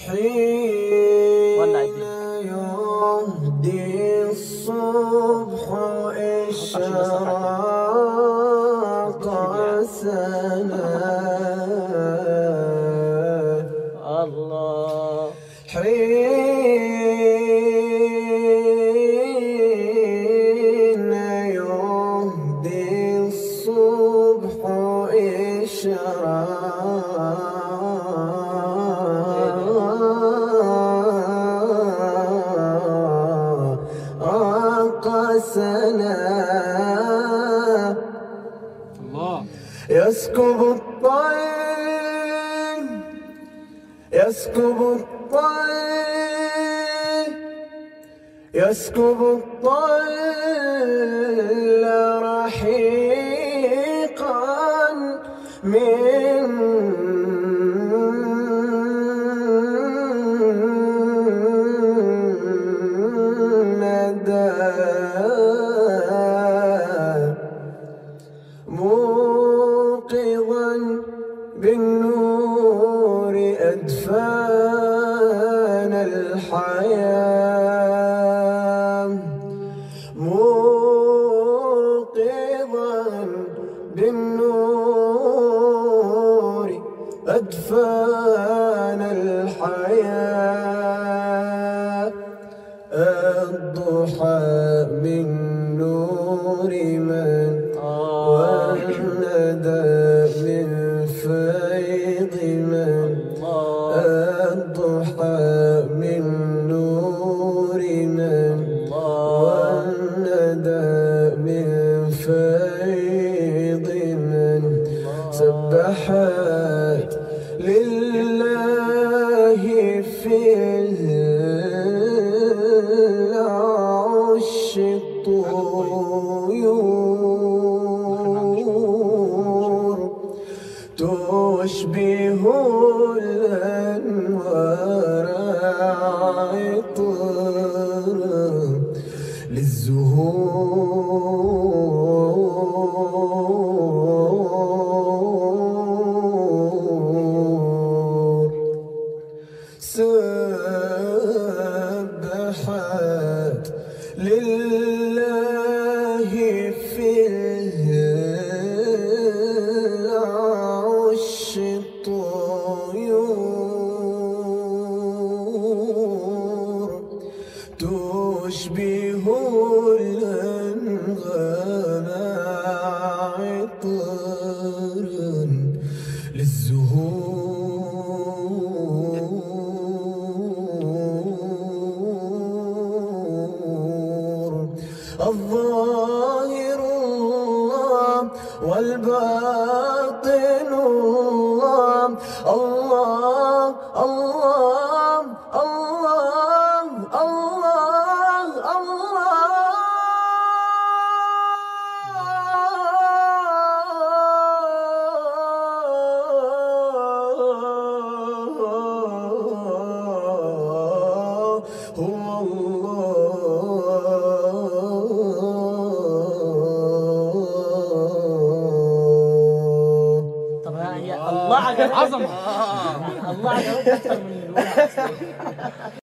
حين يهدي الصبح إشراق سنا الله حين يهدي الصبح إشراق سنا الله يسكب الطير يسكب الطير يسكب الطير رحيقا من ندى موقظا بالنور أدفان الحياة موقظا بالنور أدفان الحياة الضحى من نور من والندى من فيض من الضحى من نور من والندى من فيض من سبحت لله في العش الطيور تشبه الأنوار عطر للزهور سبحت لله في العش الطيور تشبه الأنغام عطرا للزهور الظاهر الله والباطن الله الله الله الله الله الله هو طب هي الله عجبك عظمة الله عجبك اكتر من الولد.